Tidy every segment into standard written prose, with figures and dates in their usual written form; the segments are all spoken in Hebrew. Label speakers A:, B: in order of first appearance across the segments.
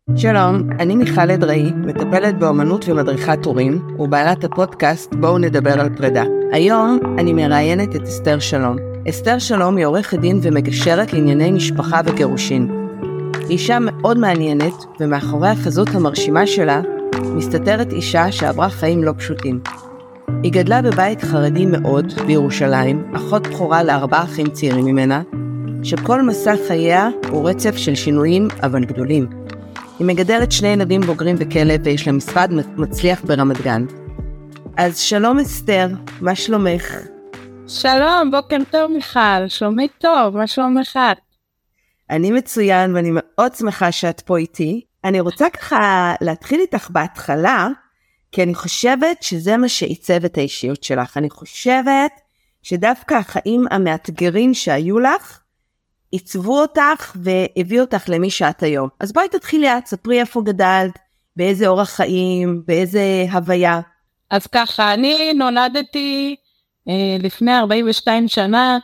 A: שלום, אני מיכל אדראי, מטפלת באמנות ומדריכת הורים, ובעלת הפודקאסט בואו נדבר על פרידה. היום אני מראיינת את אסתר שלום. אסתר שלום היא עורכת דין ומגשרת לענייני משפחה וגירושין. היא אישה מאוד מעניינת, ומאחורי החזות המרשימה שלה, מסתתרת אישה שעברה חיים לא פשוטים. היא גדלה בבית חרדי מאוד בירושלים, אחות בכורה לארבעה אחים צעירים ממנה, שכל מסע חייה הוא רצף של שינויים אבל גדולים. היא מגדלת שני ילדים בוגרים וכלב, ויש לה משרד מצליח ברמת גן. אז שלום אסתר, מה שלומך?
B: שלום, בוקר טוב מיכל, שלומי טוב, מה שלומך?
A: אני מצוין ואני מאוד שמחה שאת פה איתי. אני רוצה ככה להתחיל איתך בהתחלה, כי אני חושבת שזה מה שעיצב את האישיות שלך. אני חושבת שדווקא החיים המאתגרים שהיו לך, עיצבו אותך והביאו אותך למי שאת היום. אז בואי תתחילי, ספרי איפה גדלת, באיזה אורח חיים, באיזה הוויה.
B: אז ככה, אני נולדתי לפני 42 שנה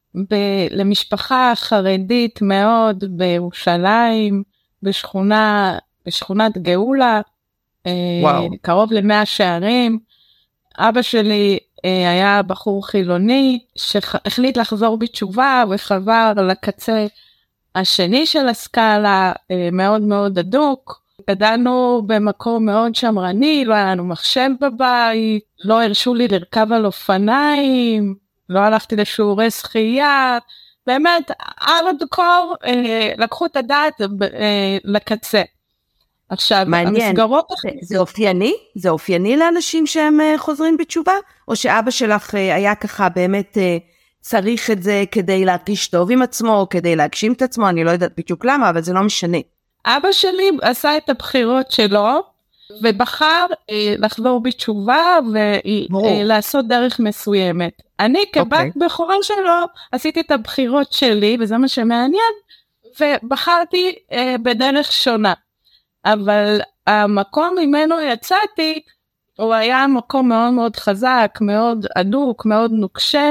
B: למשפחה חרדית מאוד בירושלים, בשכונת גאולה, קרוב ל100 שערים. אבא שלי היה בחור חילוני שהחליט לחזור בתשובה וחבר לקצה השני של הסקאלה, מאוד מאוד הדוק. גדלנו במקום מאוד שמרני, לא היה לנו מחשב בבית, לא הרשו לי לרכב על אופניים, לא הלכתי לשיעורי שחייה, באמת על הדקור לקחו את הדעת לקצה. עכשיו,
A: מעניין,
B: המסגרות...
A: זה אופייני? זה אופייני לאנשים שהם חוזרים בתשובה? או שאבא שלך היה ככה באמת צריך את זה כדי להרגיש טוב עם עצמו, או כדי להגשים את עצמו? אני לא יודעת בדיוק למה, אבל זה לא משנה.
B: אבא שלי עשה את הבחירות שלו, ובחר לחזור בתשובה ולעשות דרך מסוימת. אני כבת בכורה שלו עשיתי את הבחירות שלי, וזה מה שמעניין, ובחרתי בדרך שונה. אבל המקום ממנו יצאתי, הוא היה מקום מאוד מאוד חזק, מאוד עדוק, מאוד נוקשה,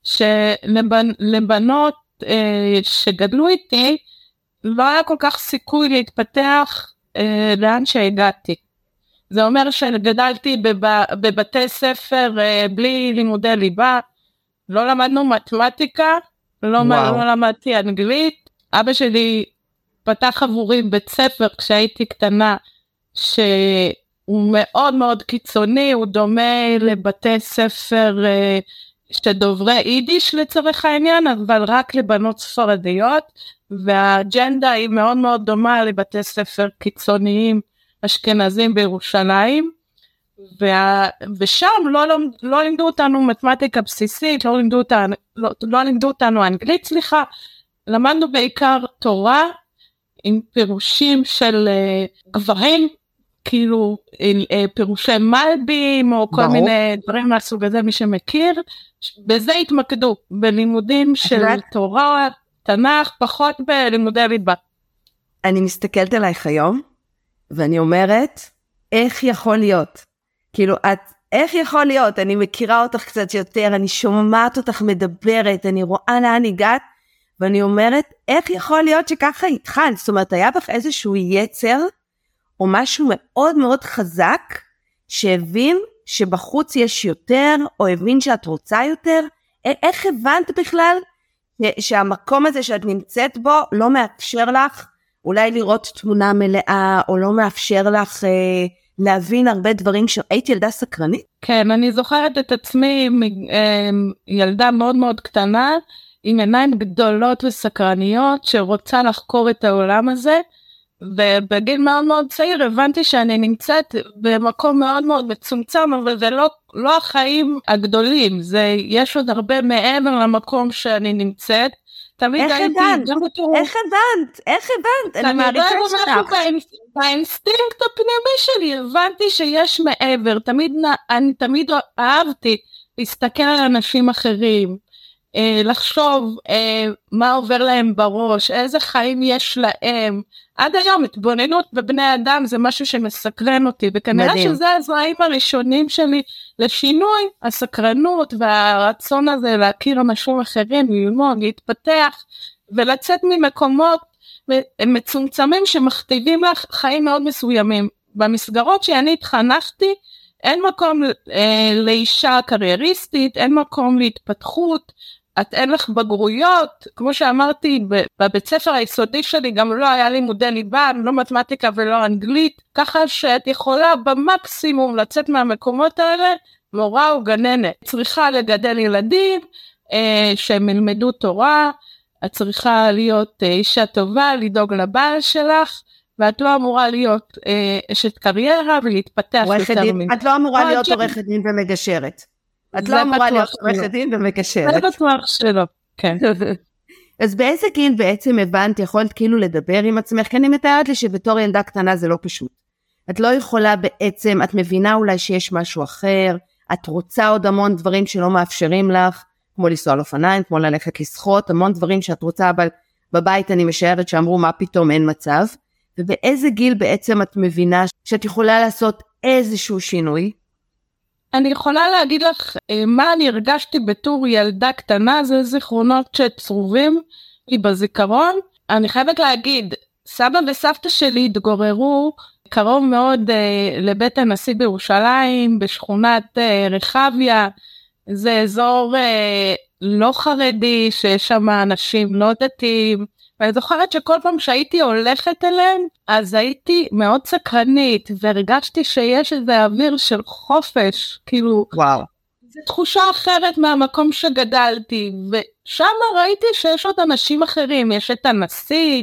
B: שלבנות שגדלו איתי, לא היה כל כך סיכוי להתפתח לאן שהגעתי. זה אומר שגדלתי בבתי ספר בלי לימודי ליבה, לא למדנו מתמטיקה, לא למדתי אנגלית. אבא שלי פתח עבורי בית ספר כשהייתי קטנה, שהוא מאוד מאוד קיצוני, הוא דומה לבתי ספר שדוברי יידיש לצורך העניין, אבל רק לבנות ספרדיות, והאג'נדה היא מאוד מאוד דומה לבתי ספר קיצוניים אשכנזים בירושלים, ושם לא לימדו אותנו מתמטיקה בסיסית, לא לימדו אותנו אנגלית, סליחה, למדנו בעיקר תורה, עם פירושים של גברים, כאילו פירושי מלבים, או כל מיני דברים מהסוג הזה, מי שמכיר, בזה התמקדו, בלימודים של תורה, תנ"ך, פחות בלימודי ליבה.
A: אני מסתכלת עלייך היום, ואני אומרת, איך יכול להיות? כאילו, איך יכול להיות? אני מכירה אותך קצת יותר, אני שומעת אותך מדברת, אני רואה לאן הגעת, ואני אומרת, איך יכול להיות שככה התחלת? זאת אומרת, היה בך איזשהו יצר, או משהו מאוד מאוד חזק, שהבין שבחוץ יש יותר, או הבין שאת רוצה יותר? איך הבנת בכלל שהמקום הזה שאת נמצאת בו, לא מאפשר לך אולי לראות תמונה מלאה, או לא מאפשר לך להבין הרבה דברים שהייתי ילדה סקרנית?
B: כן, אני זוכרת את עצמי ילדה מאוד מאוד קטנה, עם עיניים גדולות וסקרניות, שרוצה לחקור את העולם הזה, ובגיל מאוד מאוד צעיר הבנתי שאני נמצאת במקום מאוד מאוד מצומצם, אבל זה לא החיים הגדולים, יש עוד הרבה מעבר למקום שאני נמצאת.
A: איך הבנת? איך הבנת? אני מעריכה שלך.
B: באינסטינקט הפנימי שלי הבנתי שיש מעבר, אני תמיד אהבתי להסתכל על אנשים אחרים, לחשוב מה עובר להם בראש, איזה חיים יש להם. עד היום התבוננות בבני אדם זה משהו שמסקרן אותי, וכנראה מדהים. שזה הזרעים הראשונים שלי לשינוי, הסקרנות והרצון הזה להכיר אנשים אחרים, ללמוד, להתפתח ולצאת ממקומות מצומצמים שמכתיבים לך חיים מאוד מסוימים. במסגרות שאני התחנכתי, אין מקום לאישה קרייריסטית, אין מקום להתפתחות, את אין לך בגרויות, כמו שאמרתי, בבית ספר היסודי שלי גם לא היה לימודי ליבה, לא מתמטיקה ולא אנגלית, ככה שאת יכולה במקסימום לצאת מהמקומות האלה, מורה או גננת. צריכה לגדל ילדים, שהם ילמדו תורה, את צריכה להיות אישה טובה, לדאוג לבעל שלך, ואת לא אמורה להיות אשת קריירה ולהתפתח יותר ממך.
A: את לא אמורה להיות עורכת דין ומגשרת. את לא אמורה להיות עורכת דין ומגשרת.
B: זה בטוח שלא, כן.
A: אז באיזה גיל בעצם הבנת, יכולת כאילו לדבר עם עצמך? כי אני מתארת לי שבתור ילדה קטנה זה לא פשוט. את לא יכולה בעצם, את מבינה אולי שיש משהו אחר, את רוצה עוד המון דברים שלא מאפשרים לך, כמו לנסוע על אופניים, כמו ללכת לשחות, המון דברים שאת רוצה, אבל בבית אני משערת שאמרו מה פתאום אין מצב. ובאיזה גיל בעצם את מבינה שאת יכולה לעשות איזשהו שינוי?
B: אני יכולה להגיד לך מה אני הרגשתי בתור ילדה קטנה, זה זיכרונות שצרובים לי בזיכרון. אני חייבת להגיד, סבא וסבתא שלי התגוררו קרוב מאוד לבית הנשיא בירושלים, בשכונת רחביה, זה אזור לא חרדי, שיש שם אנשים לא דתיים, ואני זוכרת שכל פעם שהייתי הולכת אליהם, אז הייתי מאוד סקרנית, והרגשתי שיש איזה אוויר של חופש, כאילו,
A: וואו.
B: זו תחושה אחרת מהמקום שגדלתי, ושם ראיתי שיש עוד אנשים אחרים, יש את הנשיא,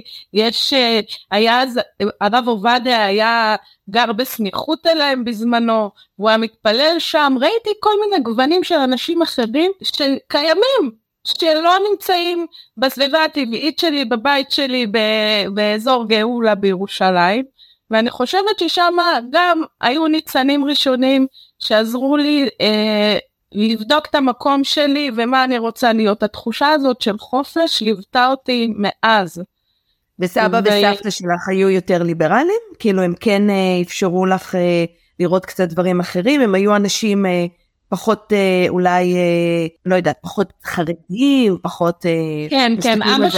B: היה אז, הרב עובדיה היה גר בסמיכות אליהם בזמנו, הוא היה מתפלל שם, ראיתי כל מיני גוונים של אנשים אחרים שקיימים, שלא נמצאים בסביבה הטבעית שלי, בבית שלי, באזור גאולה בירושלים, ואני חושבת ששם גם היו ניצנים ראשונים שעזרו לי לבדוק את המקום שלי ומה אני רוצה להיות. התחושה הזאת של חופש ליוותה אותי מאז.
A: וסבא וסבתא שלך היו יותר ליברליים? כאילו הם כן אפשרו לך לראות קצת דברים אחרים? הם היו אנשים פחות אולי, לא יודעת, פחות חרדים, פחות...
B: כן, כן,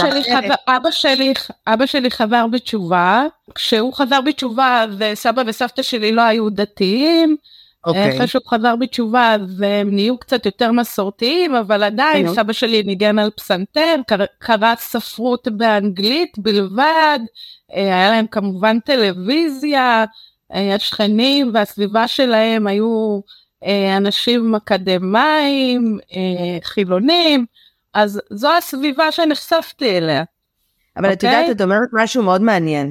B: אבא שלי חזר בתשובה, כשהוא חזר בתשובה וסבא וסבתא שלי לא היו דתיים, אחרי שהוא חזר בתשובה והם נהיו קצת יותר מסורתיים, אבל עדיין סבא שלי ניגן על פסנתר, קרא ספרות באנגלית בלבד, היה להם כמובן טלוויזיה, השכנים והסביבה שלהם היו אנשים אקדמיים, חילונים, אז זו הסביבה שנחשפתי אליה.
A: אבל את יודעת, את אומרת משהו מאוד מעניין,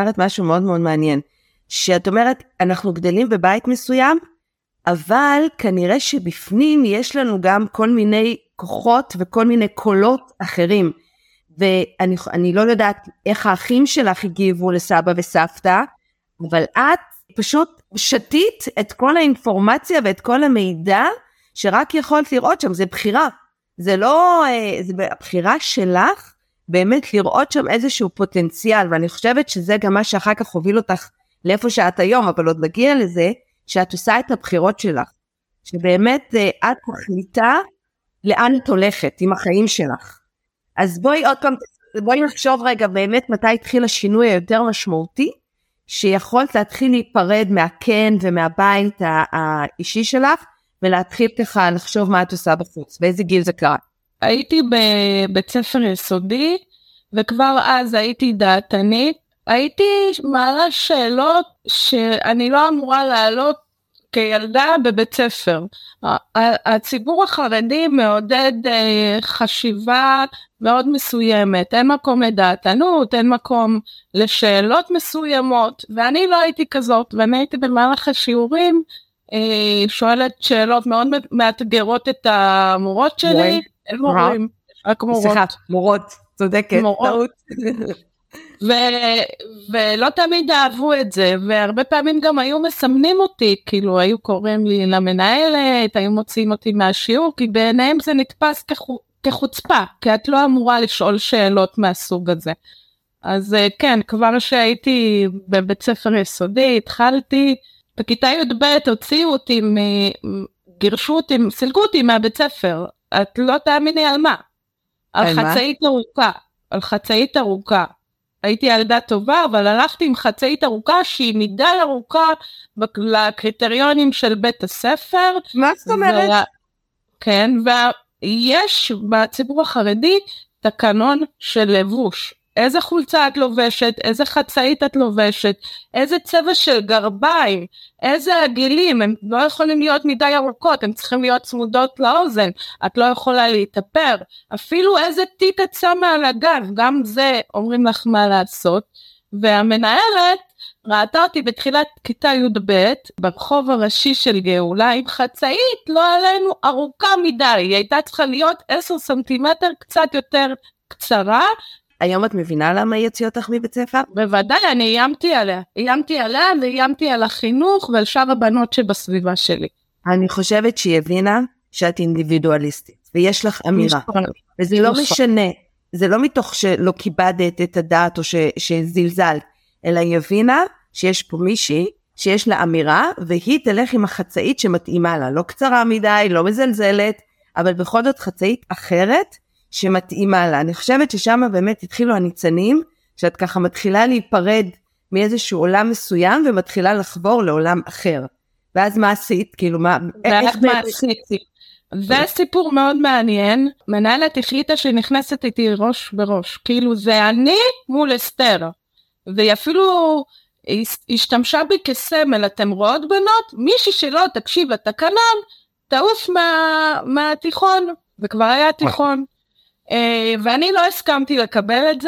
A: שאת אומרת, אנחנו גדלים בבית מסוים, אבל כנראה שבפנים יש לנו גם כל מיני כוחות וכל מיני קולות אחרים, ואני לא יודעת איך האחים שלך הגיבו לסבא וסבתא, אבל את פשוט שתית את כל האינפורמציה ואת כל המידע שרק יכולת לראות שם, זה בחירה, זה לא, זה הבחירה שלך, באמת לראות שם איזשהו פוטנציאל, ואני חושבת שזה גם מה שאחר כך הוביל אותך לאיפה שאת היום, אבל עוד נגיע לזה, שאת עושה את הבחירות שלך, שבאמת את מחליטה לאן את הולכת עם החיים שלך. אז בואי עוד פעם, בואי נחשוב רגע באמת מתי התחיל השינוי היותר משמעותי, שיכולת להתחיל להיפרד מהכן ומהבית האישי שלך, ולהתחיל ככה לחשוב מה את עושה בחוץ, באיזה גיל זה קרה.
B: הייתי בבית ספר יסודי, וכבר אז הייתי דעתנית, הייתי מעלה שאלות שאני לא אמורה לעלות כילדה בבית ספר. הציבור החרדי מעודד חשיבה מאוד מסוימת, אין מקום לדעתנות, אין מקום לשאלות מסוימות, ואני לא הייתי כזאת, ואני הייתי במהלך השיעורים, שואלת שאלות מאוד מאתגרות את המורות שלי, אין מורים, רק מורות.
A: סליחה, מורות, צודקת, טעות.
B: ולא תמיד אהבו את זה, והרבה פעמים גם היו מסמנים אותי, כאילו היו קוראים לי למנהלת, היו מוציאים אותי מהשיעור, כי בעיניהם זה נתפס כחוצפה, כי את לא אמורה לשאול שאלות מהסוג הזה. אז כן, כבר שהייתי בבית ספר יסודי, התחלתי, בכיתה י"ב הוציאו אותי, גירשו אותי, סילקו אותי מהבית ספר, את לא תאמיני על מה? על חצאית ארוכה, על חצאית ארוכה. הייתי ילדה טובה, אבל הלכתי עם חצאית ארוכה שהיא מדי ארוכה לקריטריונים של בית הספר.
A: מה זאת אומרת?
B: כן, ויש בציבור החרדי תקנון של לבוש. איזה חולצה את לובשת, איזה חצאית את לובשת, איזה צבע של גרביים, איזה עגילים, הם לא יכולים להיות מדי ארוכות, הם צריכים להיות צמודות לאוזן, את לא יכולה להתאפר, אפילו איזה תיק את שמה על הגב, גם זה אומרים לך מה לעשות. והמנהלת ראתה אותי בתחילת כיתה י"ב ברחוב הראשי של גאולה עם חצאית לא עלינו ארוכה מדי, היא הייתה צריכה להיות 10 סנטימטר קצת יותר קצרה.
A: היום את מבינה למה היא הוציאה אותך מבית ספר?
B: בוודאי, אני איימתי עליה ואיימתי על החינוך ועל שאר הבנות שבסביבה שלי.
A: אני חושבת שהיא הבינה שאת אינדיבידואליסטית ויש לך אמירה, וזה לא משנה, זה לא מתוך שלא כיבדת את הדעת או שזלזלת, אלא היא הבינה שיש פה מישהי שיש לה אמירה, והיא תלך עם החצאית שמתאימה לה, לא קצרה מדי, לא מזלזלת, אבל בכל זאת חצאית אחרת שמתאימה לה. אני חושבת ששם באמת התחילו הניצנים, שאת ככה מתחילה להיפרד מאיזשהו עולם מסוים, ומתחילה לחבור לעולם אחר. ואז מה עשית? כאילו מה
B: עשיתי? זה סיפור מאוד מעניין. מנהלת החליטה שנכנסת איתי ראש בראש, כאילו זה אני מול אסתר, והיא אפילו השתמשה בי כסמל. אתם רואות בנות? מישהי שלא תקשיב לתקנון תעוף מהתיכון, וכבר היה תיכון. ואני לא הסכמתי לקבל את זה.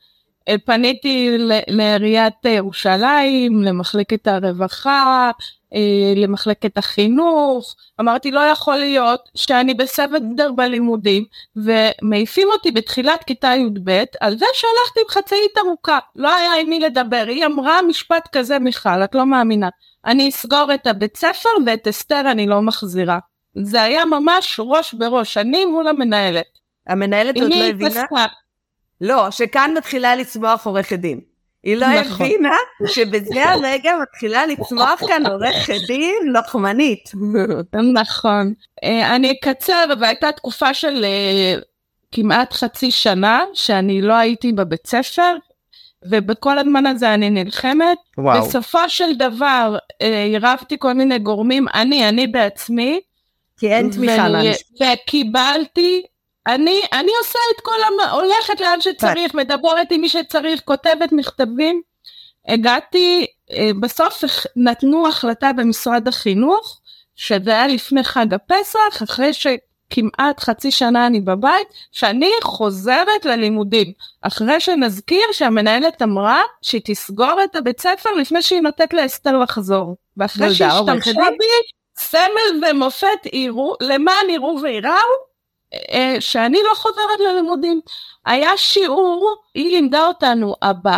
B: פניתי לעיריית ירושלים, למחלקת הרווחה, למחלקת החינוך, אמרתי לא יכול להיות שאני בסדר בלימודים ומעיפים אותי בתחילת כיתה י"ב על זה שהלכתי עם חצאית ארוכה, לא היה עם מי לדבר. היא אמרה משפט כזה, מיכל, את לא מאמינה, אני אסגור את הבית ספר ואת אסתר אני לא מחזירה. זה היה ממש ראש בראש, אני מול המנהלת.
A: המנהלת עוד לא הבינה? לא, שכאן מתחילה לצמוח עורכת דין. היא לא הבינה שבזה הרגע מתחילה לצמוח כאן עורכת דין לוחמנית.
B: נכון. אני אקצר, והייתה תקופה של כמעט חצי שנה שאני לא הייתי בבית ספר, ובכל הזמן הזה אני נלחמת. בסופו של דבר עירבתי כל מיני גורמים, אני בעצמי.
A: כי אין תמיכה מהמשפט.
B: וקיבלתי, אני עושה את כל הולכת לאן שצריך, מדברת עם מי שצריך, כותבת מכתבים. הגעתי, בסוף נתנו החלטה במשרד החינוך, שזה היה לפני חג הפסח, אחרי שכמעט חצי שנה אני בבית, שאני חוזרת ללימודים, אחרי שנזכיר שהמנהלת אמרה שהיא תסגור את הבית ספר לפני שהיא נותנת לאסתר לחזור. ואחרי שהשתמשה בי, סמל ומופת למען יראו ויראו, שאני לא חוזרת ללימודים. היה שיעור, היא לימדה אותנו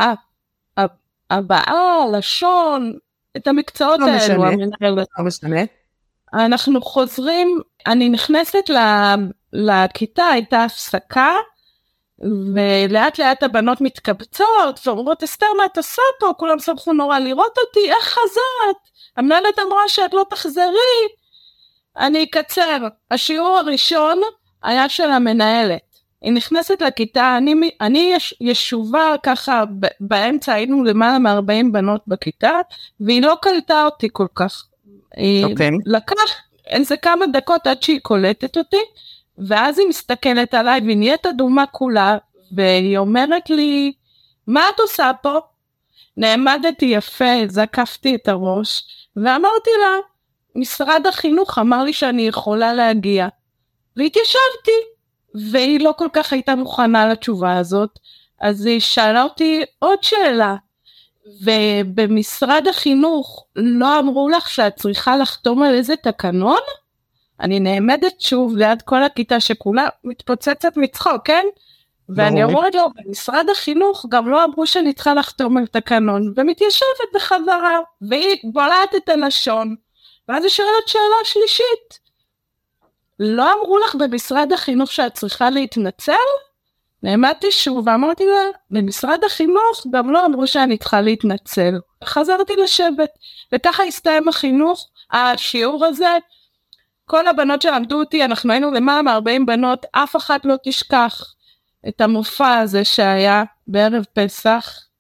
B: הבאה, לשון, את המקצועות האלו.
A: לא משנה.
B: אנחנו חוזרים, אני נכנסת לכיתה, הייתה הפסקה, ולאט לאט הבנות מתקבצות, ואומרות, אסתר, מה את עושה פה? כולם שמחו נורא לראות אותי, איך חזרת? המנהלת אמרה שאת לא תחזרי. אני אקצר. השיעור הראשון היה של המנהלת. היא נכנסת לכיתה, אני ישובה ככה, באמצע היינו למעלה מ-40 בנות בכיתה, והיא לא קלטה אותי כל כך. לקח איזה כמה דקות עד שהיא קולטת אותי, ואז היא מסתכלת עליי, והיא נהיית אדומה כולה, והיא אומרת לי, מה את עושה פה? נעמדתי יפה, זקפתי את הראש, ואמרתי לה, משרד החינוך אמר לי שאני יכולה להגיע. והתיישבתי, והיא לא כל כך הייתה מוכנה לתשובה הזאת, אז היא שאלה אותי עוד שאלה, ובמשרד החינוך לא אמרו לך שאת צריכה לחתום על איזה תקנון? אני נעמדת שוב ליד כל הכיתה שכולה מתפוצצת מצחוק, כן? ואני אומרת לו, במשרד החינוך גם לא אמרו שאני צריכה לחתום על תקנון, ומתיישבת בחזרה, והיא בולעת את הלשון, ואז היא שואלת שאלה שלישית, לא אמרו לך במשרד החינוך שאת צריכה להתנצל? נעמדתי שוב ואמרתי לה, במשרד החינוך גם לא אמרו שאני צריכה להתנצל. חזרתי לשבת, וככה הסתיים החינוך, השיעור הזה, כל הבנות שלמדו אותי, אנחנו היינו למעלה מ-40 בנות, אף אחת לא תשכח את המופע הזה שהיה בערב פסח,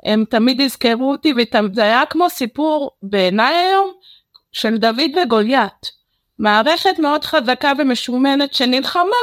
B: הם תמיד יזכרו אותי, וזה היה כמו סיפור בעיניי היום, של דוד וגוליית. מערכת מאוד חזקה ומשומנת, שנלחמה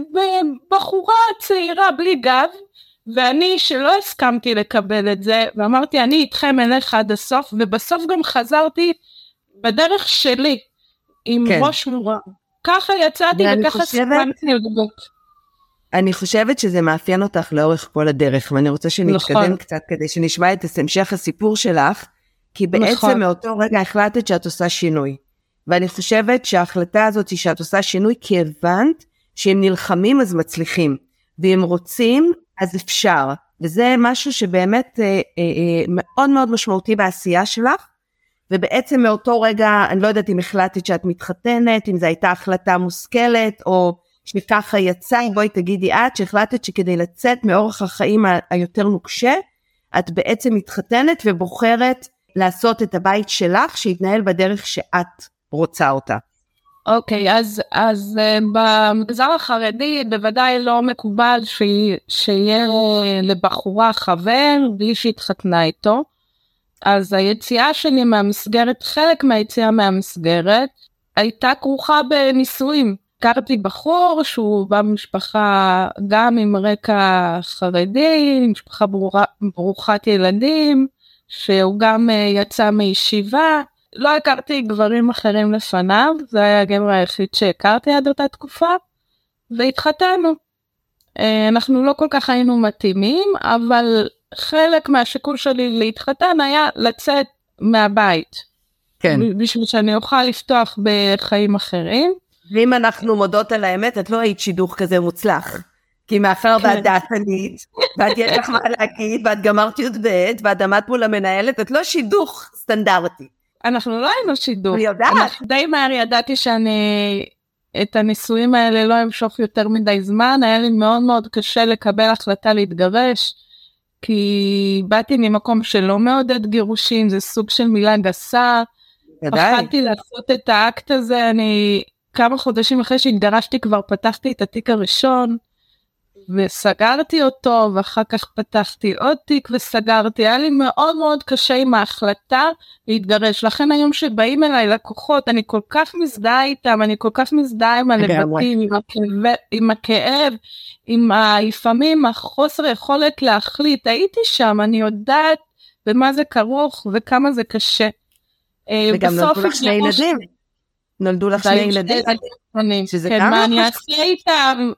B: בבחורה צעירה בלי גב, ואני שלא הסכמתי לקבל את זה, ואמרתי אני איתכם אלך עד הסוף, ובסוף גם חזרתי בדרך שלי, עם ראש מורם. ככה יצאתי וככה ספנתי לדמות.
A: אני חושבת שזה מאפיין אותך לאורך כל הדרך, ואני רוצה שנתקדם קצת כדי שנשמע את המשך הסיפור שלך, כי בעצם מאותו רגע החלטת שאת עושה שינוי. ואני חושבת שההחלטה הזאת היא שאת עושה שינוי, כי הבנת שהם נלחמים אז מצליחים, ואם רוצים אז אפשר. וזה משהו שבאמת מאוד מאוד משמעותי בעשייה שלך, ובעצם מאותו רגע, אני לא יודעת אם החלטת שאת מתחתנת, אם זו הייתה החלטה מושכלת, או שככה יצא, בואי תגידי את, שהחלטת שכדי לצאת מאורח החיים היותר נוקשה, את בעצם מתחתנת ובוחרת לעשות את הבית שלך, שיתנהל בדרך שאת רוצה אותה.
B: אוקיי, אז במגזר החרדי בוודאי לא מקובל שיהיה לבחורה חבר בלי שהתחתנה איתו, אז היציאה שלי מהמסגרת, חלק מהיציאה מהמסגרת, הייתה כרוכה בנישואים. הכרתי בחור שהוא במשפחה גם עם רקע חרדי, משפחה ברוכת ילדים, שהוא גם יצא מישיבה, לא הכרתי גברים אחרים לפניו, זה היה הגבר היחיד שהכרתי עד אותה תקופה, והתחתנו. אנחנו לא כל כך היינו מתאימים, אבל חלק מהשיקול שלי להתחתן היה לצאת מהבית.
A: כן.
B: בשביל שאני אוכל לפתוח בחיים אחרים.
A: ואם אנחנו מודות על האמת, את לא היית שידוך כזה מוצלח. כי מאחר ואת דעתנית, ואת יש לך מה להגיד, ואת גמרת י"ב, ואת עמדת מול המנהלת, את לא שידוך סטנדרטי.
B: אנחנו לא היינו שידוך.
A: אני יודעת.
B: די מהר ידעתי שאני את הנישואים האלה לא אמשוך יותר מדי זמן, היה לי מאוד מאוד קשה לקבל החלטה להתגרש, כי באתי ממקום שלא מעודד גירושים, זה סוג של מילה גסה, פחדתי לעשות את האקט הזה, אני כמה חודשים אחרי שהתגרשתי כבר פתחתי את התיק הראשון, וסגרתי אותו, ואחר כך פתחתי עוד תיק וסגרתי, היה לי מאוד מאוד קשה עם ההחלטה להתגרש, לכן היום שבאים אליי לקוחות, אני כל כך מזדהה איתם, אני כל כך מזדהה עם הלבטים, עם הכאב, עם לפעמים החוסר יכולת להחליט, הייתי שם, אני יודעת במה זה כרוך וכמה זה קשה.
A: וגם נולדו לך שני ילדים. נולדו לך שני ילדים.
B: כן, מה אני אעשה איתם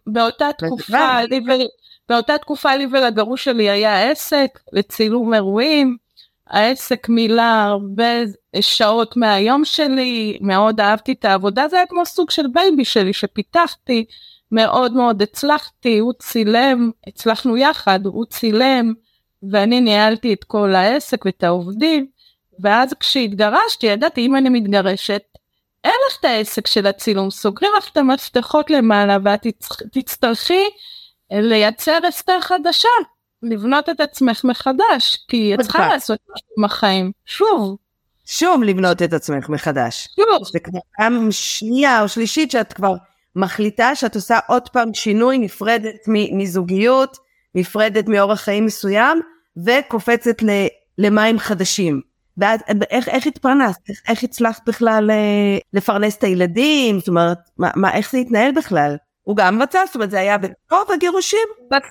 B: באותה תקופה לי ולגרוש שלי היה עסק לצילום אירועים, העסק מילא הרבה שעות מהיום שלי, מאוד אהבתי את העבודה, זה היה כמו סוג של בייבי שלי שפיתחתי, מאוד מאוד הצלחתי, הוא צילם, הצלחנו יחד, הוא צילם, ואני ניהלתי את כל העסק ואת העובדים, ואז כשהתגרשתי, ידעתי אם אני מתגרשת, אין לך את העסק של הצילום, סוגרים לך את המפתחות למעלה, ואת תצטרכי לייצר אסתר חדשה, לבנות את עצמך מחדש, כי את צריכה לעשות משהו בחיים, שוב
A: לבנות את עצמך מחדש. זה כבר פעם שנייה או שלישית, שאת כבר מחליטה שאת עושה עוד פעם שינוי, נפרדת מזוגיות, נפרדת מאורח חיים מסוים, וקופצת למים חדשים. איך התפרנסת? איך הצלחת בכלל לפרנס את הילדים? זאת אומרת, איך זה התנהל בכלל? הוא גם רצה, זאת אומרת, זה היה ברוב הגירושים?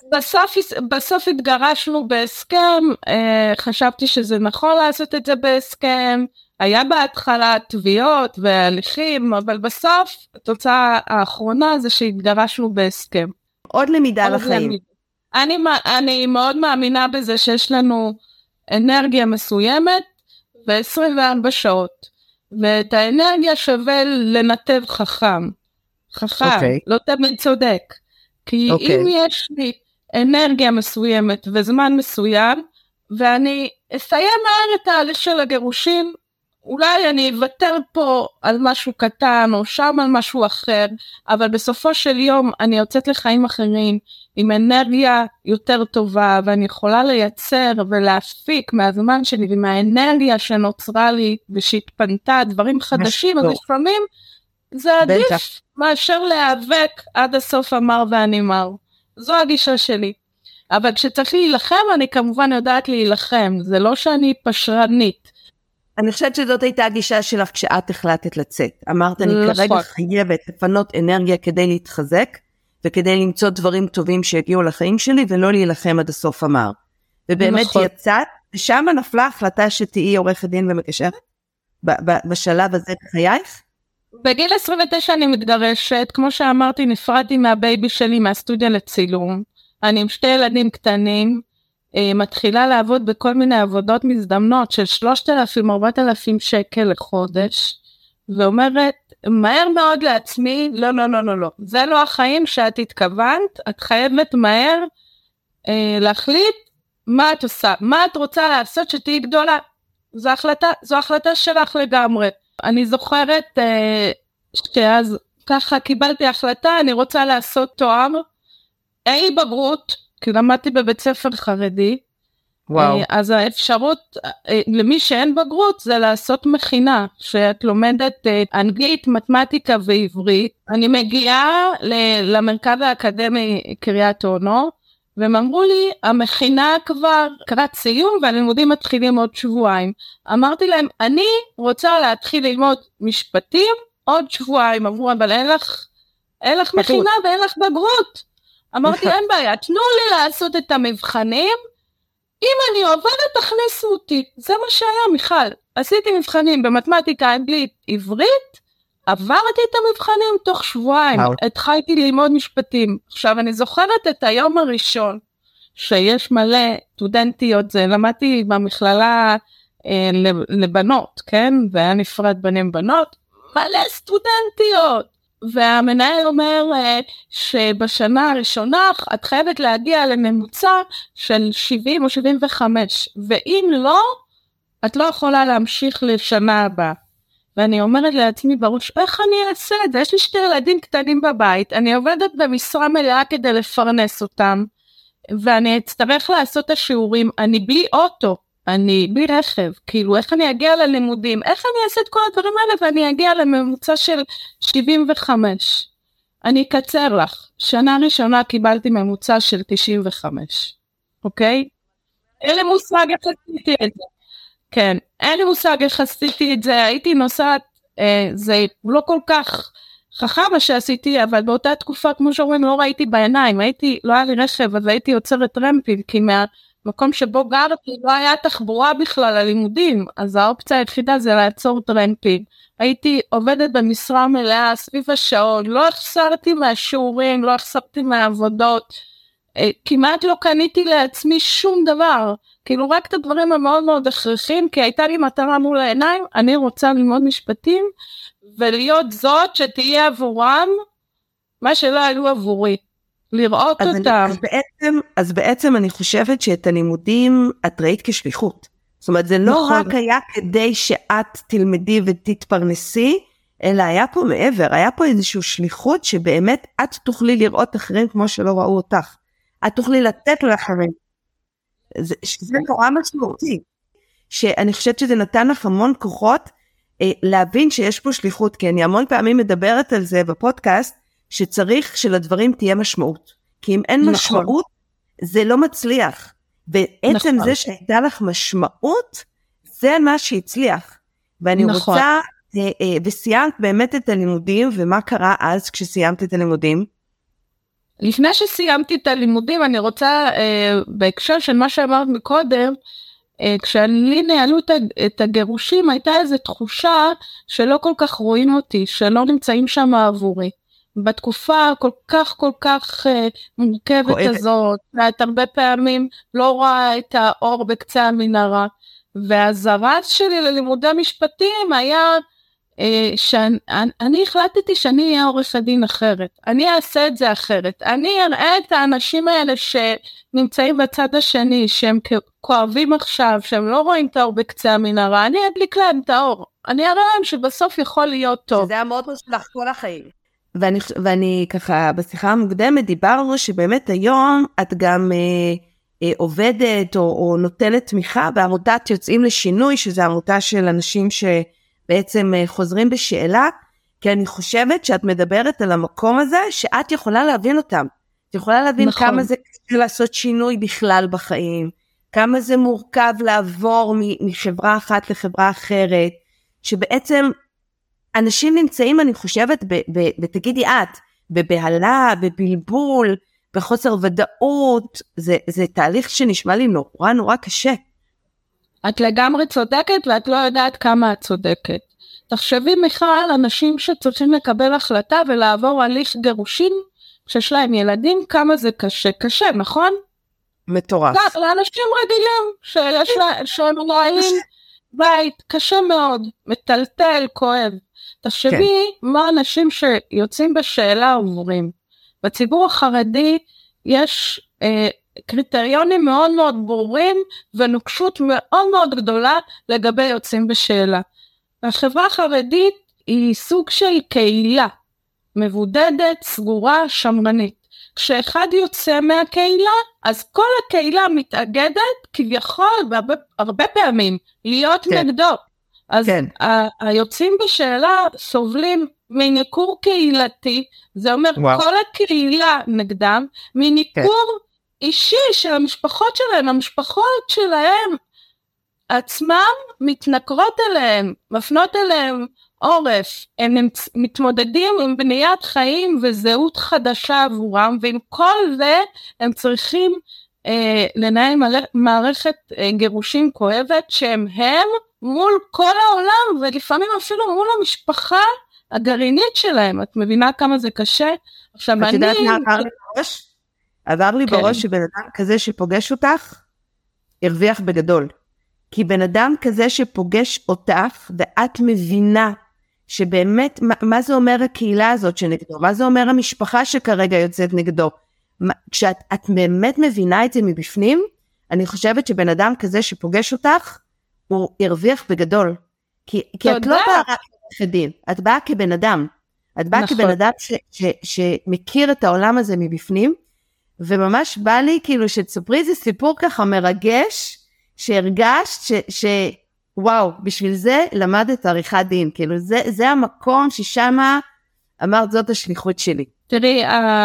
B: בסוף התגרשנו בהסכם, חשבתי שזה נכון לעשות את זה בהסכם, היה בהתחלה תביעות והליכים, אבל בסוף התוצאה האחרונה זה שהתגרשנו בהסכם.
A: עוד למידה לחיים.
B: אני מאוד מאמינה בזה שיש לנו אנרגיה מסוימת, ו-24 שעות, ואת האנרגיה שווה לנתב חכם, לא תמיד צודק, כי אם יש לי אנרגיה מסוימת וזמן מסוים, ואני אסיים מהר את ההליך של הגירושים, אולי אני אוותר פה על משהו קטן, או שם על משהו אחר, אבל בסופו של יום אני יוצאת לחיים אחרים, עם אנרגיה יותר טובה, ואני יכולה לייצר ולהפיק מהזמן שלי, ומהאנרגיה שנוצרה לי, ושהתפנתה דברים חדשים, אז לפעמים זה עדיף מאשר להיאבק עד הסוף המר והנימר. זו הגישה שלי. אבל כשצריך להילחם, אני כמובן יודעת להילחם, זה לא שאני פשרנית.
A: אני חושבת שזאת הייתה הגישה שלך כשאת החלטת לצאת. אמרת, אני כרגע חייבת לפנות אנרגיה כדי להתחזק, וכדי למצוא דברים טובים שיגיעו לחיים שלי, ולא להילחם עד הסוף אמר. ובאמת יצאת, ושם נפלה החלטה שתהיי עורכת דין ומקשרת? בשלב הזה בחייך?
B: בגיל 29 אני מתגרשת, כמו שאמרתי, נפרדתי מהבייבי שלי, מהסטודיה לצילום. אני עם 2 ילדים קטנים, מתחילה לעבוד בכל מיני עבודות מזדמנות של 3,000-4,000 שקל לחודש, ואומרת מהר מאוד לעצמי, לא, לא, לא, לא, לא, זה לא החיים שאת התכוונת, את חייבת מהר להחליט מה את עושה, מה את רוצה לעשות שתהי גדולה, זו החלטה שלך לגמרי. אני זוכרת שאז ככה קיבלתי החלטה, אני רוצה לעשות תואר, אי בגרות, כי למדתי בבית ספר חרדי,
A: וואו.
B: אז האפשרות למי שאין בגרות זה לעשות מכינה, שאת לומדת אנגלית, מתמטיקה ועברית. אני מגיעה למרכז האקדמי קריית אונו, והם אמרו לי, המכינה כבר קראת סיום והלימודים מתחילים עוד שבועיים. אמרתי להם, אני רוצה להתחיל ללמוד משפטים עוד שבועיים. אמרו, אבל אין לך מכינה ואין לך בגרות. אמרתי, אין בעיה, תנו לי לעשות את המבחנים, אם אני עובדת תכניסו אותי. זה מה שהיה, מיכל. עשיתי מבחנים במתמטיקה, אנגלית, עברית, עברתי את המבחנים תוך שבועיים, התחלתי ללמוד משפטים. עכשיו אני זוכרת את היום הראשון, שיש מלא סטודנטיות, זה למדתי במכללה לבנות, כן? והיה נפרד בנים בנות, מלא סטודנטיות. והמנהל אומר שבשנה הראשונה את חייבת להגיע לממוצע של 70 או 75, ואם לא, את לא יכולה להמשיך לשנה הבאה. ואני אומרת לעצמי בראש, איך אני אעשה את זה? יש לי 2 ילדים קטנים בבית, אני עובדת במשרה מלאה כדי לפרנס אותם, ואני אצטרך לעשות את השיעורים, אני בלי אוטו, אני בלי רכב, כאילו איך אני אגיע ללימודים, איך אני אעשה את כל הדברים האלה, ואני אגיע לממוצע של 75. אני אקצר לך, שנה ראשונה קיבלתי ממוצע של 95, אוקיי? אין לי מושג איך עשיתי את זה. כן, אין לי מושג איך עשיתי את זה, הייתי נוסעת, זה לא כל כך חכם מה שעשיתי, אבל באותה תקופה, כמו שאומרים, לא ראיתי בעיניים, לא היה לי רכב, אז הייתי יוצרת רמפים, כי מהמקום שבו גרתי, לא היה תחבורה בכלל ללימודים, אז האופציה היחידה זה לעצור טרמפים. הייתי עובדת במשרה מלאה, סביב השעון, לא החסרתי מהשיעורים, לא החסרתי מהעבודות, כמעט לא קניתי לעצמי שום דבר, כאילו רק את הדברים המאוד מאוד הכרחים, כי הייתה לי מטרה מול העיניים, אני רוצה ללמוד משפטים, ולהיות זאת שתהיה עבורם, מה שלא היו עבורי, לראות אותם.
A: אז בעצם אני חושבת שאת הלימודים את ראית כשליחות, זאת אומרת זה לא רק היה כדי שאת תלמדי ותתפרנסי, אלא היה פה מעבר, היה פה איזושהי שליחות, שבאמת את תוכלי לראות אחרים כמו שלא ראו אותך, את תוכלי לתת לאחרים, שזה נורא משמעותי, שאני חושבת שזה נתן לך המון כוחות, להבין שיש פה שליחות, כי אני המון פעמים מדברת על זה בפודקאסט, שצריך שלדברים תהיה משמעות, כי אם אין משמעות, זה לא מצליח, בעצם זה שהייתה לך משמעות, זה מה שהצליח, ואני רוצה, וסיימת באמת את הלימודים, ומה קרה אז כשסיימת את הלימודים?
B: לפני שסיימתי את הלימודים, אני רוצה, בהקשר של מה שאמרת מקודם, כשאני ניהלו את הגירושים, הייתה איזו תחושה שלא כל כך רואים אותי, שלא נמצאים שם עבורי. בתקופה כל כך מורכבת הזאת, ואת הרבה פעמים לא רואה את האור בקצה המנהרה, והזרז שלי ללימודי משפטים היה, שאני החלטתי שאני אהיה עורכת דין אחרת, אני אעשה את זה אחרת, אני אראה את האנשים האלה שנמצאים בצד השני, שהם כואבים עכשיו, שהם לא רואים את האור בקצה המנהרה, אני אדליק להם את האור, אני אראה להם שבסוף יכול להיות טוב.
A: שזה המאוד משלח כל החיים. ואני ככה בשיחה המוקדמת דיברנו שבאמת היום את גם עובדת או נותנת תמיכה בעמותת יוצאים לשינוי, שזה עמותה של אנשים שבעצם חוזרים בשאלה, כי אני חושבת שאת מדברת על המקום הזה שאת יכולה להבין אותם, את יכולה להבין
B: נכון.
A: כמה זה קשה לעשות שינוי בכלל בחיים, כמה זה מורכב לעבור מחברה אחת לחברה אחרת, שבעצם אנשים נמצאים, אני חושבת, ותגידי את, בבהלה, בבלבול, בחוסר ודאות, זה תהליך שנשמע לי נורא נורא קשה.
B: את לגמרי צודקת, ואת לא יודעת כמה את צודקת. תחשבי מיכל, אנשים שצריכים לקבל החלטה ולעבור הליך גירושין, שיש להם ילדים, כמה זה קשה. קשה, נכון?
A: מטורף.
B: לאנשים רגילים, שהם מנהלים בית, קשה מאוד, מטלטל, כואב. תחשבי מה אנשים שיוצאים בשאלה עוברים. בציבור החרדי יש קריטריונים מאוד מאוד ברורים, ונוקשות מאוד מאוד גדולה לגבי יוצאים בשאלה. החברה החרדית היא סוג של קהילה, מבודדת, סגורה, שמרנית. כשאחד יוצא מהקהילה, אז כל הקהילה מתאגדת כביכול, הרבה פעמים, להיות נגדו. אז היוצאים בשאלה סובלים מניכור קהילתי, זה אומר כל הקהילה נגדם, מניכור אישי של המשפחות שלהם, המשפחות שלהם עצמם מתנכרות אליהם, מפנות אליהם עורף, הם מתמודדים עם בניית חיים וזהות חדשה עבורם, ועם כל זה הם צריכים לנהל מערכת גירושים כואבת, שהם מול כל העולם, ולפעמים אפילו מול המשפחה הגרעינית שלהם. את מבינה כמה זה קשה? עכשיו
A: את יודעת מה עבר לי בראש? עבר לי בראש שבן אדם כזה שפוגש אותך, הרוויח בגדול. כי בן אדם כזה שפוגש אותך, ואת מבינה שבאמת, מה זה אומר הקהילה הזאת שנגדו? מה זה אומר המשפחה שכרגע יוצאת נגדו? כשאת באמת מבינה את זה מבפנים, אני חושבת שבן אדם כזה שפוגש אותך, הוא הרוויח בגדול. כי את לא באה רק כעורכת דין, את באה כבן אדם. את באה כבן אדם שמכיר את העולם הזה מבפנים, וממש בא לי כאילו שתספרי איזה סיפור ככה מרגש, שהרגשת וואו, בשביל זה למדת עריכת דין, כאילו זה המקום ששמה אמרת זאת השליחות שלי.
B: תראי,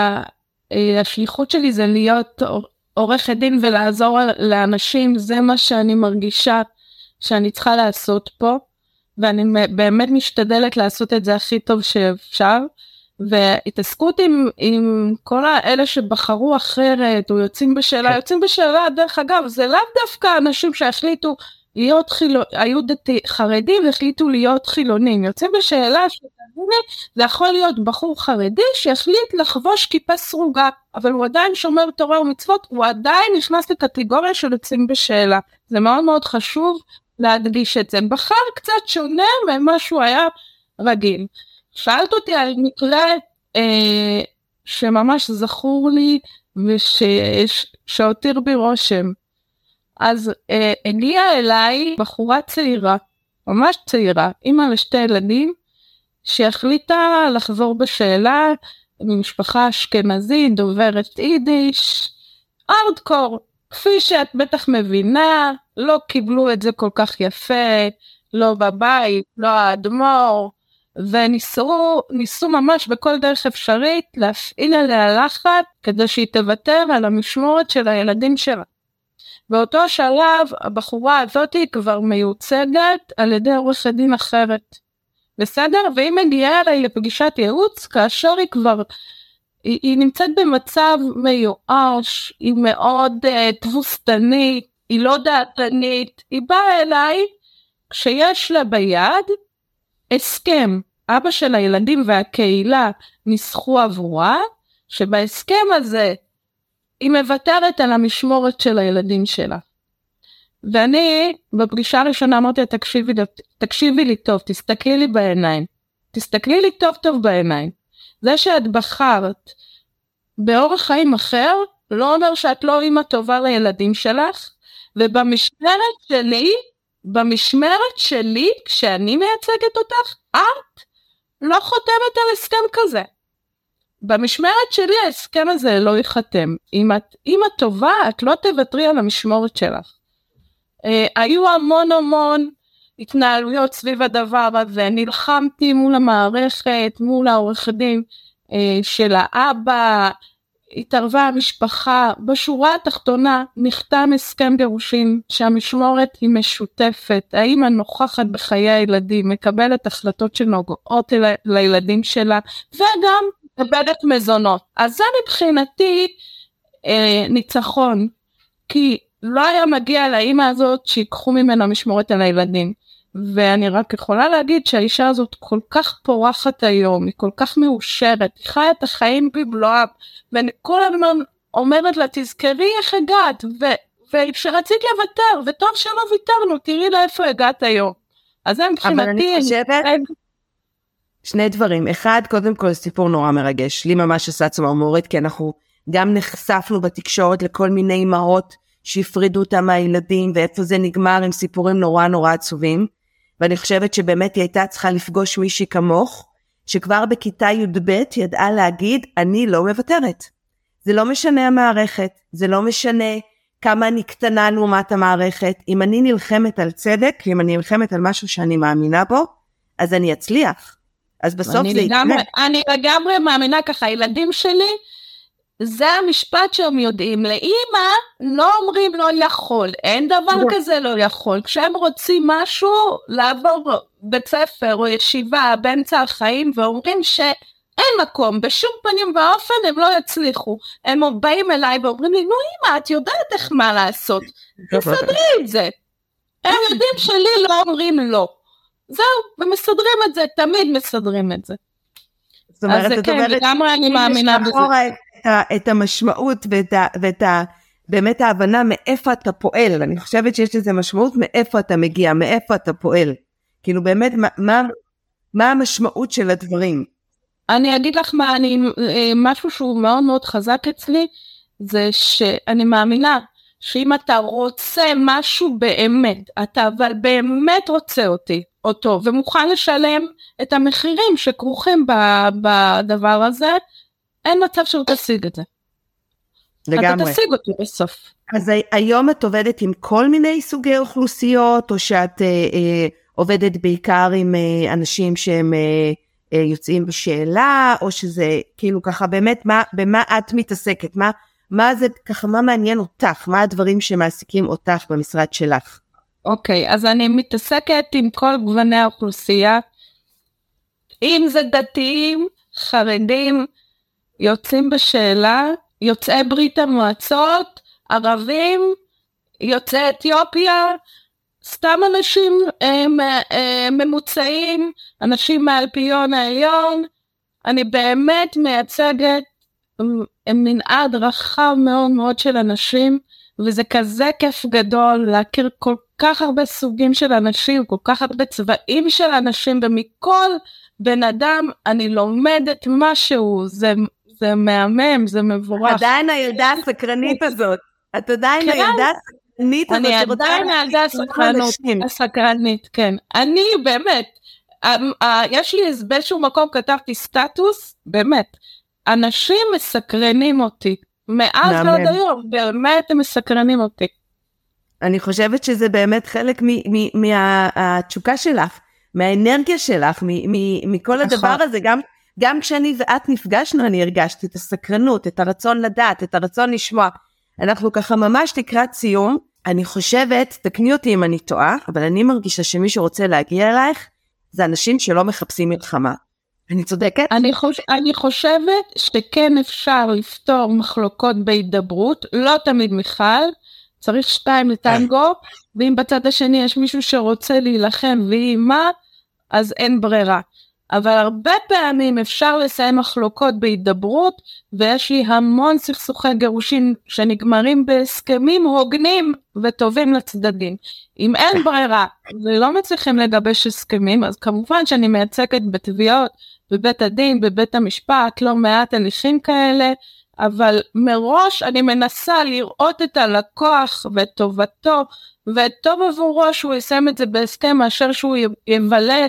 B: השליחות שלי זה להיות עורכת דין ולעזור לאנשים, זה מה שאני מרגישה שאני צריכה לעשות פה, ואני באמת משתדלת לעשות את זה הכי טוב שאפשר, והתעסקות עם כל האלה שבחרו אחרת, או יוצאים בשאלה, דרך אגב, זה לאו דווקא אנשים שהחליטו להיות היו חרדים והחליטו להיות חילונים, יוצאים בשאלה זה יכול להיות בחור חרדי שהחליט לחבוש כיפה סרוגה, אבל הוא עדיין שומר תורה ומצוות, הוא עדיין נכנס לקטגוריה של יוצאים בשאלה, זה מאוד מאוד חשוב להדגיש את זה, בחר קצת שונה ממה שהוא היה רגיל. שאלת אותי על מקרה שממש זכור לי ושהותיר בי רושם. אז הגיעה אליי בחורה צעירה, ממש צעירה, אמא לשתי ילדים, שהחליטה לחזור בשאלה ממשפחה אשכנזית, דוברת יידיש, ארדקור, כפי שאת בטח מבינה, לא קיבלו את זה כל כך יפה, לא בבית, לא האדמו"ר, וניסו ממש בכל דרך אפשרית להפעיל עליה לחץ כדי שהיא תוותר על המשמורת של הילדים שלה. באותו שלב הבחורה הזאת כבר מיוצגת על ידי עורכת דין אחרת. בסדר? והיא מגיעה אליי לפגישת ייעוץ כאשר היא נמצאת במצב מיואש, היא מאוד תבוסתנית, היא לא דעתנית, היא באה אליי כשיש לה ביד הסכם, אבא של הילדים והקהילה ניסחו עבורה, שבהסכם הזה היא מוותרת על המשמורת של הילדים שלה. ואני בפגישה הראשונה אמרתי, תקשיבי לי טוב, תסתכלי לי בעיניים, תסתכלי לי טוב טוב בעיניים. זה שאת בחרת באורח חיים אחר, לא אומר שאת לא אמא טובה לילדים שלך, במשמרת שלי, כשאני מייצגת אותך, את לא חותמת על הסכם כזה. במשמרת שלי ההסכם הזה לא ייחתם. אם את אמא טובה, את לא תוותרי על המשמורת שלך. היו המון התנהלויות סביב הדבר הזה, נלחמתי מול המערכת, מול העורך דין של האבא, התערבה המשפחה, בשורה התחתונה נחתם הסכם גירושין שהמשמורת היא משותפת, האמא נוכחת בחיי הילדים, מקבלת החלטות שנוגעות לילדים שלה, וגם מקבלת מזונות. אז זה מבחינתי ניצחון, כי לא היה מגיע לאמא הזאת שיקחו ממנה משמורת על הילדים. ואני רק יכולה להגיד שהאישה הזאת כל כך פורחת היום, היא כל כך מאושרת, היא חיה את החיים במלואם, ואני כל הזמן אומרת לה, תזכרי איך הגעת, ושרצית לוותר, וטוב שלא ויתרנו, תראי לאיפה הגעת היום. אז זה מבחינתי...
A: אבל אני חושבת... שני דברים, אחד, קודם כל סיפור נורא מרגש, לי ממש עשה צמרמורת, כי אנחנו גם נחשפנו בתקשורת לכל מיני אמהות, שהפרידו אותם מהילדים, ואיפה זה נגמר עם סיפורים נורא נורא עצובים, ואני חושבת שבאמת היא הייתה צריכה לפגוש מישהי כמוך, שכבר בכיתה י"ב ידעה להגיד, אני לא מוותרת. זה לא משנה המערכת, זה לא משנה כמה אני קטנה לעומת המערכת, אם אני נלחמת על צדק, אם אני נלחמת על משהו שאני מאמינה בו, אז אני אצליח. אז בסוף זה יקרה.
B: אני לגמרי מאמינה ככה, הילדים שלי, זה המשפט שהם יודעים, לאמא לא אומרים לא יכול, אין דבר כזה לא יכול, כשהם רוצים משהו, לעבור בית ספר או ישיבה באמצע החיים, ואומרים שאין מקום, בשום פנים ואופן הם לא יצליחו, הם באים אליי ואומרים לי, נו אמא, את יודעת איך מה לעשות, תסדרי את זה, הם יודעים שלי לא אומרים לא, זהו, ומסדרים את זה, תמיד מסדרים את זה.
A: זאת אומרת,
B: אז כן, לגמרי אני מאמינה בזה.
A: את המשמעות ואת באמת ההבנה מאיפה אתה פועל, אני חושבת שיש לזה משמעות מאיפה אתה מגיע, מאיפה אתה פועל, כאילו באמת מה המשמעות של הדברים.
B: אני אגיד לך משהו שהוא מאוד מאוד חזק אצלי, זה שאני מאמינה שאם אתה רוצה משהו באמת, אתה אבל באמת רוצה אותו, ומוכן לשלם את המחירים שכרוכים בדבר הזה, אין מצב שהוא תשיג את זה. לגמרי. אתה תשיג אותו בסוף.
A: אז היום את עובדת עם כל מיני סוגי אוכלוסיות, או שאת עובדת בעיקר עם אנשים שהם יוצאים בשאלה, או שזה כאילו ככה באמת, במה את מתעסקת? מה זה ככה, מה מעניין אותך? מה הדברים שמעסיקים אותך במשרד שלך?
B: אוקיי, אז אני מתעסקת עם כל גווני האוכלוסייה, אם זה דתיים, חרדים, יוצאים בשאלה, יוצאי ברית המועצות, ערבים, יוצאי אתיופיה, סתם אנשים ממוצעים, אנשים מהאלפיון העליון, אני באמת מייצגת מנעד רחב מאוד מאוד של אנשים, וזה כזה כיף גדול להכיר כל כך הרבה סוגים של אנשים, כל כך הרבה צבעים של אנשים, ומכל בן אדם אני לומדת משהו, זה מהמם, זה מבורך.
A: עדיין הילדה הסקרנית הזאת, את עדיין הילדה הסקרנית הזאת,
B: אני עדיין הילדה הסקרנית, כן. אני באמת, יש לי באיזשהו מקום כתבתי סטטוס, באמת, אנשים מסקרנים אותי, מאז ועד היום, באמת הם מסקרנים אותי.
A: אני חושבת שזה באמת חלק מהתשוקה שלך, מהאנרגיה שלך, מכל הדבר הזה, גם כשאני ואת נפגשנו, אני הרגשתי את הסקרנות, את הרצון לדעת, את הרצון לשמוע. אנחנו ככה ממש לקראת סיום, אני חושבת, תקני אותי אם אני טועה, אבל אני מרגישה שמי שרוצה להגיע אלייך, זה אנשים שלא מחפשים מלחמה. אני צודקת?
B: אני חושבת שכן אפשר לפתור מחלוקות בהידברות, לא תמיד מיכל, צריך 2 לטנגו, ואם בצד השני יש מישהו שרוצה להילחם והיא מה, אז אין ברירה. אבל הרבה פעמים אפשר לסיים מחלוקות בהידברות, ויש לי המון סכסוכי גירושין שנגמרים בהסכמים הוגנים וטובים לצדדים. אם אין ברירה ולא מצליחים לגבש הסכמים, אז כמובן שאני מייצגת בתביעות, בבית הדין, בבית המשפט, לא מעט הליכים כאלה, אבל מראש אני מנסה לראות את הלקוח ואת טובתו, וטוב עבורו שהוא יסיים את זה בהסכם, מאשר שהוא יבלה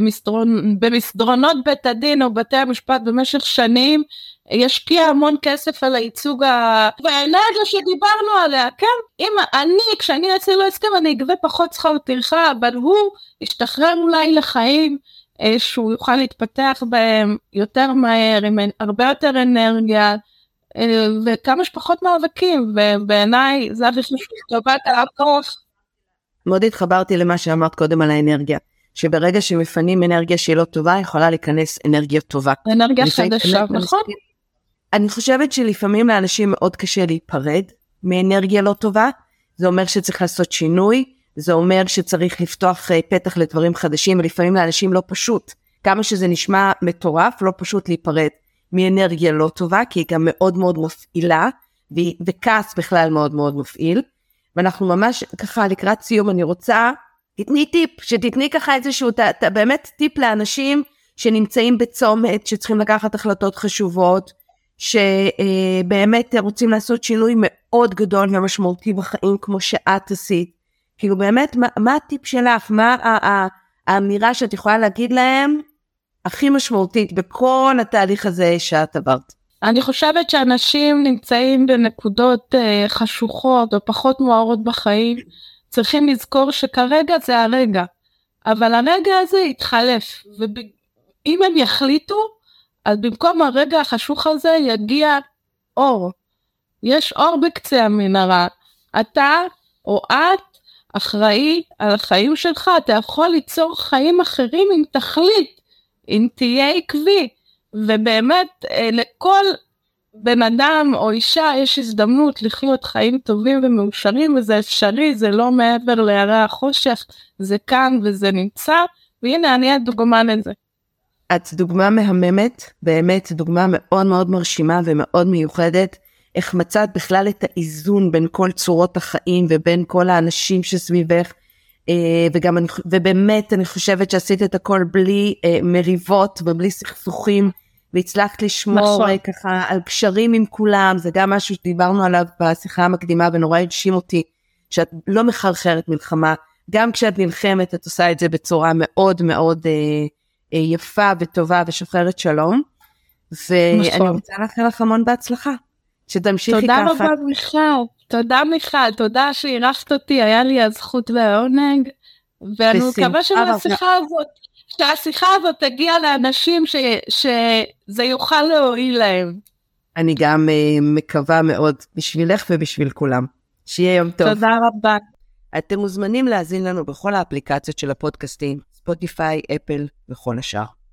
B: במסדרונות בית הדין או בתי המשפט במשך שנים, ישקיע המון כסף על הייצוג והאנרגיה שדיברנו עליה, כן? אם כשאני אעשה לו הסכם, אני אגבה פחות שכר טרחה, אבל הוא ישתחרר אולי לחיים, שהוא יוכל להתפתח בהם יותר מהר, עם הרבה יותר אנרגיה, וכמה שפחות מאבקים, ובעיניי זה הכי חשוב טובת האפוס.
A: מאוד התחברתי למה שאמרת קודם על האנרגיה, שברגע שמפנים אנרגיה שהיא לא טובה, יכולה להיכנס אנרגיה טובה.
B: אנרגיה חדשה, נכון?
A: אני חושבת שלפעמים לאנשים מאוד קשה להיפרד מאנרגיה לא טובה, זה אומר שצריך לעשות שינוי, זה אומר שצריך לפתוח פתח לדברים חדשים, ולפעמים לאנשים לא פשוט, כמה שזה נשמע מטורף, לא פשוט להיפרד מאנרגיה לא טובה, כי היא גם מאוד מאוד מפעילה, וכעס בכלל מאוד מאוד מפעיל, ואנחנו ממש ככה לקראת סיום, אני רוצה, תתני טיפ, שתתני ככה איזשהו, באמת טיפ לאנשים שנמצאים בצומת, שצריכים לקחת החלטות חשובות, שבאמת רוצים לעשות שינוי מאוד גדול ומשמעותי בחיים, כמו שאת עשית. כאילו באמת, מה הטיפ שלך? מה האמירה שאת יכולה להגיד להם הכי משמעותית בכל התהליך הזה שאת עברת?
B: אני חושבת שאנשים נמצאים בנקודות חשוכות או פחות מוארות בחיים, צריכים לזכור שכרגע זה הרגע, אבל הרגע הזה יתחלף, ואם הם יחליטו, אז במקום הרגע החשוך הזה יגיע אור. יש אור בקצה המנהרה. אתה או את אחראי על החיים שלך, אתה יכול ליצור חיים אחרים אם תחליט, אם תהיה עקבי, ובאמת לכל בן אדם או אישה יש הזדמנות לחיות חיים טובים ומאושרים, וזה אפשרי, זה לא מעבר להרי החושך, זה כאן וזה נמצא, והנה אני הדוגמה לזה.
A: את דוגמה מהממת, באמת דוגמה מאוד מאוד מרשימה ומאוד מיוחדת, איך מצאת בכלל את האיזון בין כל צורות החיים ובין כל האנשים שסביבך, ובאמת אני חושבת שעשית את הכל בלי מריבות ובלי סכסוכים, והצלחת לשמור ככה על קשרים עם כולם, זה גם משהו שדיברנו עליו בשיחה המקדימה ונורא הדשים אותי, שאת לא מחרחרת מלחמה, גם כשאת נלחמת את עושה את זה בצורה מאוד מאוד יפה וטובה ושוחרת שלום, ואני רוצה לאחל לך המון בהצלחה, שתמשיכי ככה.
B: תודה רבה מיכל, תודה שאירחת אותי, היה לי הזכות והעונג, ואני מקווה שהשיחה הזאת תגיע לאנשים שזה יוכל להועיל להם.
A: אני גם מקווה מאוד בשבילך ובשביל כולם. שיהיה יום טוב.
B: תודה רבה.
A: אתם מוזמנים להאזין לנו בכל האפליקציות של הפודקאסטים, ספוטיפיי, אפל וכל השאר.